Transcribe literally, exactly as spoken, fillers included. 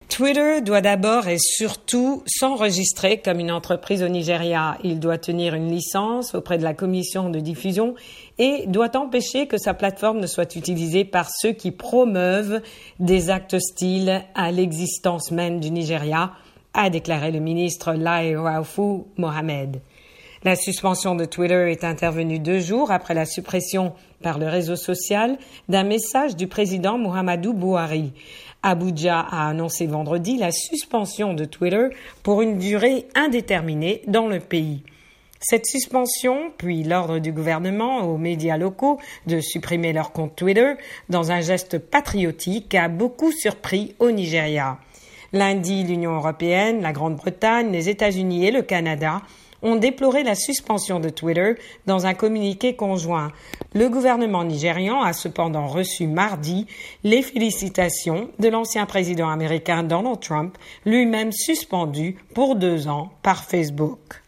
Twitter doit d'abord et surtout s'enregistrer comme une entreprise au Nigeria. Il doit tenir une licence auprès de la commission de diffusion et doit empêcher que sa plateforme ne soit utilisée par ceux qui promeuvent des actes hostiles à l'existence même du Nigeria, a déclaré le ministre Lai Raufou Mohammed. La suspension de Twitter est intervenue deux jours après la suppression par le réseau social d'un message du président Muhammadu Buhari. Abuja a annoncé vendredi la suspension de Twitter pour une durée indéterminée dans le pays. Cette suspension, puis l'ordre du gouvernement aux médias locaux de supprimer leur compte Twitter dans un geste patriotique, a beaucoup surpris au Nigeria. Lundi, l'Union européenne, la Grande-Bretagne, les États-Unis et le Canada ont déploré la suspension de Twitter dans un communiqué conjoint. Le gouvernement nigérian a cependant reçu mardi les félicitations de l'ancien président américain Donald Trump, lui-même suspendu pour deux ans par Facebook.